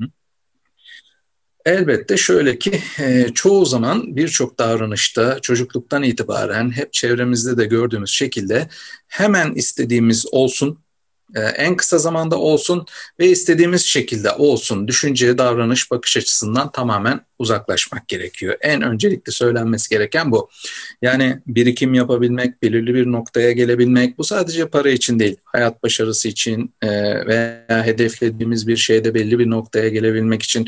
Speaker 2: Elbette şöyle ki çoğu zaman birçok davranışta çocukluktan itibaren hep çevremizde de gördüğümüz şekilde hemen istediğimiz olsun, en kısa zamanda olsun ve istediğimiz şekilde olsun düşünce, davranış, bakış açısından tamamen uzaklaşmak gerekiyor. En öncelikli söylenmesi gereken bu. Yani birikim yapabilmek, belirli bir noktaya gelebilmek bu sadece para için değil, hayat başarısı için veya hedeflediğimiz bir şeyde belli bir noktaya gelebilmek için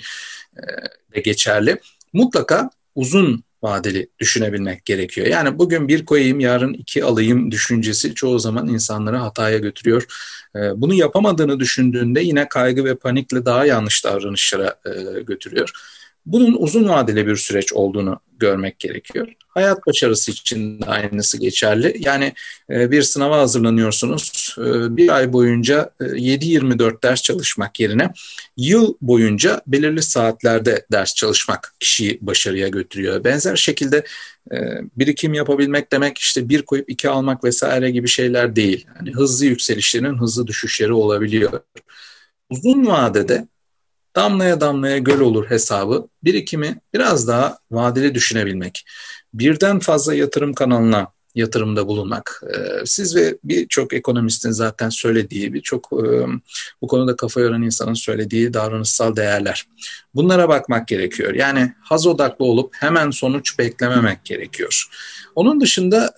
Speaker 2: de geçerli. Mutlaka uzun vadeli düşünebilmek gerekiyor. Yani bugün bir koyayım, yarın iki alayım düşüncesi çoğu zaman insanları hataya götürüyor. Bunu yapamadığını düşündüğünde yine kaygı ve panikle daha yanlış davranışlara götürüyor. Bunun uzun vadeli bir süreç olduğunu görmek gerekiyor. Hayat başarısı için de aynısı geçerli. Yani bir sınava hazırlanıyorsunuz. Bir ay boyunca 7-24 ders çalışmak yerine yıl boyunca belirli saatlerde ders çalışmak kişiyi başarıya götürüyor. Benzer şekilde birikim yapabilmek demek işte bir koyup iki almak vesaire gibi şeyler değil. Yani hızlı yükselişlerin hızlı düşüşleri olabiliyor. Uzun vadede damlaya damlaya göl olur hesabı birikimi biraz daha vadeli düşünebilmek. Birden fazla yatırım kanalına yatırımda bulunmak. Siz ve birçok ekonomistin zaten söylediği, birçok bu konuda kafa yoran insanın söylediği davranışsal değerler. Bunlara bakmak gerekiyor. Yani haz odaklı olup hemen sonuç beklememek gerekiyor. Onun dışında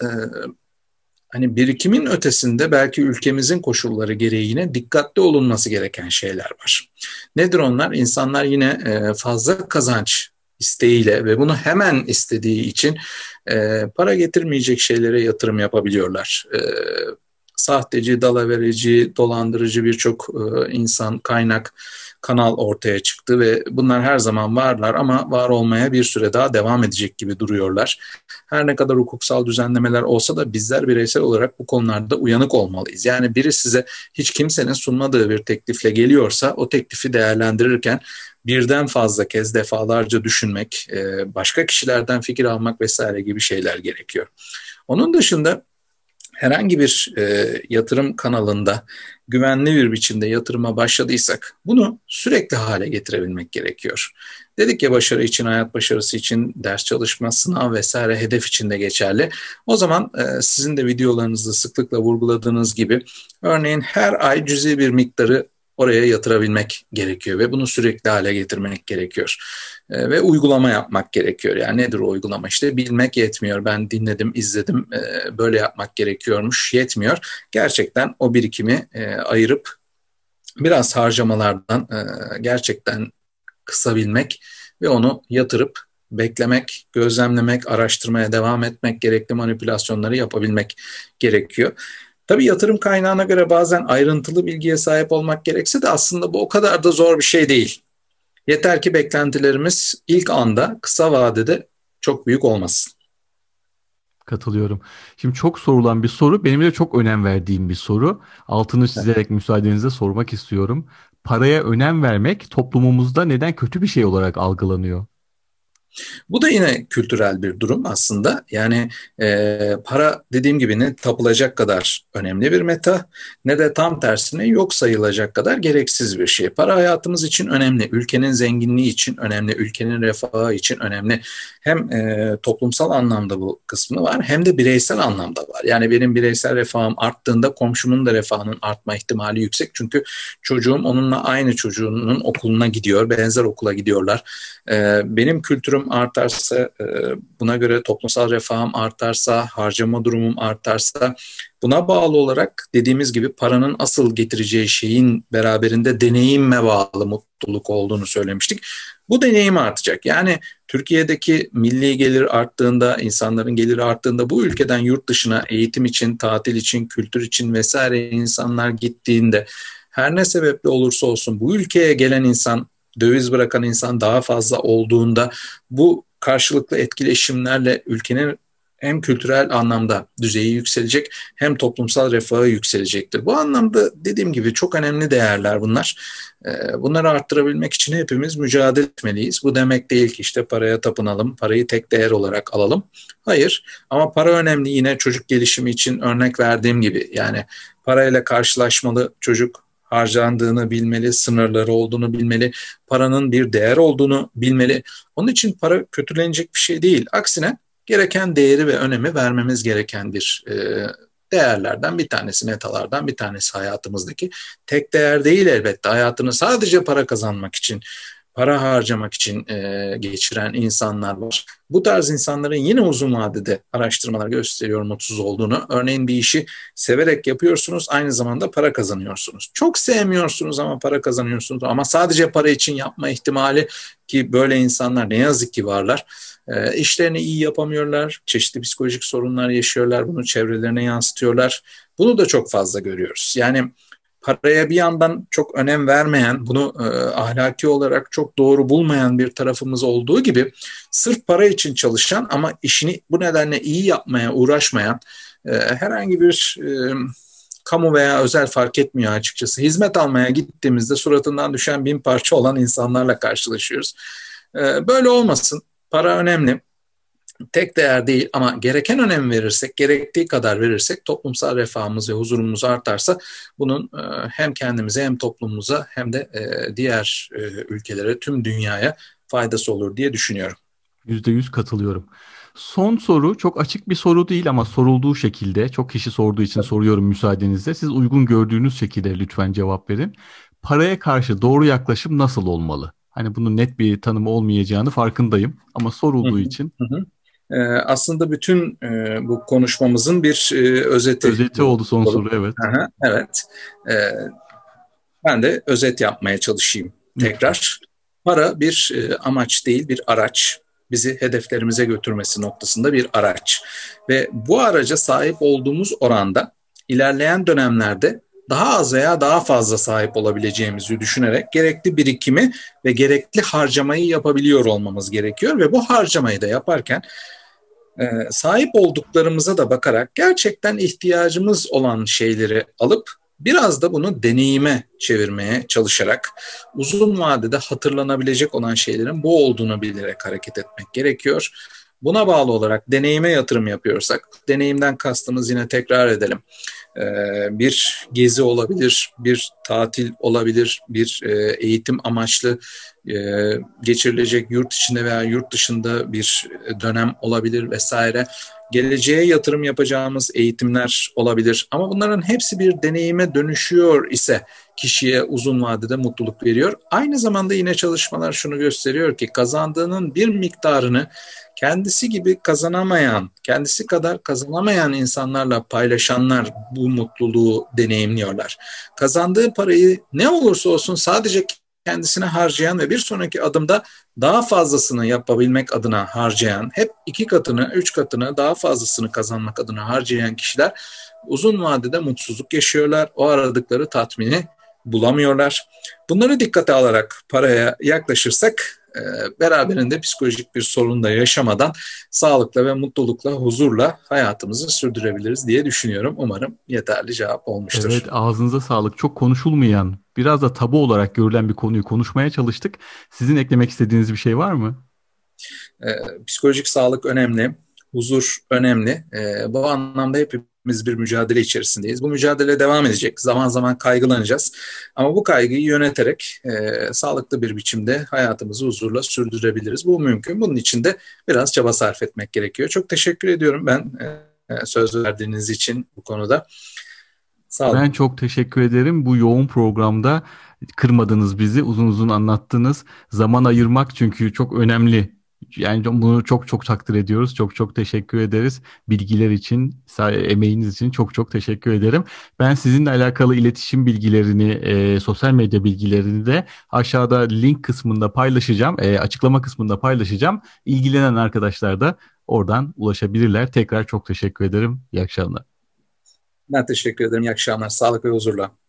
Speaker 2: hani birikimin ötesinde belki ülkemizin koşulları gereği yine dikkatli olunması gereken şeyler var. Nedir onlar? İnsanlar yine fazla kazanç isteğiyle ve bunu hemen istediği için para getirmeyecek şeylere yatırım yapabiliyorlar. Sahteci, dalaverici, dolandırıcı birçok insan, kaynak, kanal ortaya çıktı ve bunlar her zaman varlar ama var olmaya bir süre daha devam edecek gibi duruyorlar. Her ne kadar hukuksal düzenlemeler olsa da bizler bireysel olarak bu konularda uyanık olmalıyız. Yani biri size hiç kimsenin sunmadığı bir teklifle geliyorsa o teklifi değerlendirirken birden fazla kez defalarca düşünmek, başka kişilerden fikir almak vesaire gibi şeyler gerekiyor. Onun dışında herhangi bir yatırım kanalında güvenli bir biçimde yatırıma başladıysak bunu sürekli hale getirebilmek gerekiyor. Dedik ya, başarı için, hayat başarısı için, ders çalışma, sınav vesaire hedef için de geçerli. O zaman sizin de videolarınızda sıklıkla vurguladığınız gibi örneğin her ay cüzi bir miktarı oraya yatırabilmek gerekiyor ve bunu sürekli hale getirmek gerekiyor. Ve uygulama yapmak gerekiyor. Yani nedir o uygulama? İşte bilmek yetmiyor. Ben dinledim, izledim, böyle yapmak gerekiyormuş, yetmiyor. Gerçekten o birikimi ayırıp biraz harcamalardan gerçekten kısabilmek ve onu yatırıp beklemek, gözlemlemek, araştırmaya devam etmek, gerekli manipülasyonları yapabilmek gerekiyor. Tabii yatırım kaynağına göre bazen ayrıntılı bilgiye sahip olmak gerekse de aslında bu o kadar da zor bir şey değil. Yeter ki beklentilerimiz ilk anda, kısa vadede çok büyük olmasın.
Speaker 1: Katılıyorum. Şimdi çok sorulan bir soru, benim de çok önem verdiğim bir soru. Altını çizerek müsaadenizle sormak istiyorum. Paraya önem vermek toplumumuzda neden kötü bir şey olarak algılanıyor?
Speaker 2: Bu da yine kültürel bir durum aslında. Yani para dediğim gibi ne tapılacak kadar önemli bir meta, ne de tam tersine yok sayılacak kadar gereksiz bir şey. Para hayatımız için önemli, ülkenin zenginliği için önemli, ülkenin refahı için önemli. Hem toplumsal anlamda bu kısmı var, hem de bireysel anlamda var. Yani benim bireysel refahım arttığında komşumun da refahının artma ihtimali yüksek. Çünkü çocuğum onunla aynı çocuğunun okuluna gidiyor, benzer okula gidiyorlar. Benim kültürüm artarsa, buna göre toplumsal refahım artarsa, harcama durumum artarsa, buna bağlı olarak dediğimiz gibi paranın asıl getireceği şeyin beraberinde deneyime bağlı mutluluk olduğunu söylemiştik. Bu deneyim artacak. Yani Türkiye'deki milli gelir arttığında, insanların geliri arttığında, bu ülkeden yurt dışına eğitim için, tatil için, kültür için vesaire insanlar gittiğinde, her ne sebeple olursa olsun bu ülkeye gelen insan, döviz bırakan insan daha fazla olduğunda, bu karşılıklı etkileşimlerle ülkenin hem kültürel anlamda düzeyi yükselecek, hem toplumsal refahı yükselecektir. Bu anlamda dediğim gibi çok önemli değerler bunlar. Bunları arttırabilmek için hepimiz mücadele etmeliyiz. Bu demek değil ki işte paraya tapınalım, parayı tek değer olarak alalım. Hayır, ama para önemli. Yine çocuk gelişimi için örnek verdiğim gibi, yani parayla karşılaşmalı çocuk, harcandığını bilmeli, sınırları olduğunu bilmeli, paranın bir değer olduğunu bilmeli. Onun için para kötülenecek bir şey değil. Aksine gereken değeri ve önemi vermemiz gereken bir değerlerden bir tanesi, metalardan bir tanesi hayatımızdaki. Tek değer değil elbette. Hayatını sadece para kazanmak için, para harcamak için geçiren insanlar var. Bu tarz insanların yine uzun vadede araştırmalar gösteriyor mutsuz olduğunu. Örneğin bir işi severek yapıyorsunuz, aynı zamanda para kazanıyorsunuz. Çok sevmiyorsunuz ama para kazanıyorsunuz, ama sadece para için yapma ihtimali, ki böyle insanlar ne yazık ki varlar. İşlerini iyi yapamıyorlar, çeşitli psikolojik sorunlar yaşıyorlar, bunu çevrelerine yansıtıyorlar. Bunu da çok fazla görüyoruz. Yani paraya bir yandan çok önem vermeyen, bunu ahlaki olarak çok doğru bulmayan bir tarafımız olduğu gibi, sırf para için çalışan ama işini bu nedenle iyi yapmaya uğraşmayan, herhangi bir kamu veya özel fark etmiyor açıkçası, hizmet almaya gittiğimizde suratından düşen bin parça olan insanlarla karşılaşıyoruz. Böyle olmasın. Para önemli. Tek değer değil, ama gereken önem verirsek, gerektiği kadar verirsek, toplumsal refahımız ve huzurumuz artarsa, bunun hem kendimize hem toplumumuza hem de diğer ülkelere, tüm dünyaya faydası olur diye düşünüyorum.
Speaker 1: %100 katılıyorum. Son soru çok açık bir soru değil ama sorulduğu şekilde, çok kişi sorduğu için soruyorum müsaadenizle. Siz uygun gördüğünüz şekilde lütfen cevap verin. Paraya karşı doğru yaklaşım nasıl olmalı? Hani bunun net bir tanımı olmayacağını farkındayım ama
Speaker 2: Hı
Speaker 1: sorulduğu
Speaker 2: hı,
Speaker 1: için
Speaker 2: hı hı. Aslında bütün bu konuşmamızın bir özeti
Speaker 1: özeti
Speaker 2: bu
Speaker 1: oldu son
Speaker 2: soru.
Speaker 1: soru, evet.
Speaker 2: Aha, evet. Ee, Ben de özet yapmaya çalışayım
Speaker 1: Lütfen.
Speaker 2: tekrar. Para bir amaç değil, bir araç. Bizi hedeflerimize götürmesi noktasında bir araç. Ve bu araca sahip olduğumuz oranda ilerleyen dönemlerde daha az veya daha fazla sahip olabileceğimizi düşünerek gerekli birikimi ve gerekli harcamayı yapabiliyor olmamız gerekiyor. Ve bu harcamayı da yaparken sahip olduklarımıza da bakarak gerçekten ihtiyacımız olan şeyleri alıp biraz da bunu deneyime çevirmeye çalışarak uzun vadede hatırlanabilecek olan şeylerin bu olduğunu bilerek hareket etmek gerekiyor. Buna bağlı olarak deneyime yatırım yapıyorsak, deneyimden kastımız yine tekrar edelim. Bir gezi olabilir, bir tatil olabilir, bir eğitim amaçlı geçirilecek yurt içinde veya yurt dışında bir dönem olabilir vesaire. Geleceğe yatırım yapacağımız eğitimler olabilir. Ama bunların hepsi bir deneyime dönüşüyor ise kişiye uzun vadede mutluluk veriyor. Aynı zamanda yine çalışmalar şunu gösteriyor ki kazandığının bir miktarını kendisi gibi kazanamayan, kendisi kadar kazanamayan insanlarla paylaşanlar bu mutluluğu deneyimliyorlar. Kazandığı parayı ne olursa olsun sadece kendisine harcayan ve bir sonraki adımda daha fazlasını yapabilmek adına harcayan, hep 2 katını, 3 katını daha fazlasını kazanmak adına harcayan kişiler uzun vadede mutsuzluk yaşıyorlar. O aradıkları tatmini bulamıyorlar. Bunları dikkate alarak paraya yaklaşırsak beraberinde psikolojik bir sorun da yaşamadan sağlıkla ve mutlulukla, huzurla hayatımızı sürdürebiliriz diye düşünüyorum. Umarım yeterli cevap
Speaker 1: Evet,
Speaker 2: olmuştur.
Speaker 1: ağzınıza sağlık. Çok konuşulmayan, biraz da tabu olarak görülen bir konuyu konuşmaya çalıştık. Sizin eklemek istediğiniz bir şey var mı?
Speaker 2: Psikolojik sağlık önemli, huzur önemli. Bu anlamda hepimiz bir mücadele içerisindeyiz. Bu mücadele devam edecek. Zaman zaman kaygılanacağız. Ama bu kaygıyı yöneterek sağlıklı bir biçimde hayatımızı huzurla sürdürebiliriz. Bu mümkün. Bunun için de biraz çaba sarf etmek gerekiyor. Çok teşekkür ediyorum ben söz verdiğiniz için bu konuda. Sağ olun.
Speaker 1: Ben çok teşekkür ederim. Bu yoğun programda kırmadınız bizi, uzun uzun anlattınız. Zaman ayırmak çünkü çok önemli. Yani bunu çok çok takdir ediyoruz. Çok çok teşekkür ederiz. Bilgiler için, emeğiniz için çok çok teşekkür ederim. Ben sizinle alakalı iletişim bilgilerini, sosyal medya bilgilerini de aşağıda link kısmında paylaşacağım. Açıklama kısmında paylaşacağım. İlgilenen arkadaşlar da oradan ulaşabilirler. Tekrar çok teşekkür ederim. İyi akşamlar.
Speaker 2: Ben teşekkür ederim. İyi akşamlar. Sağlık ve huzurla.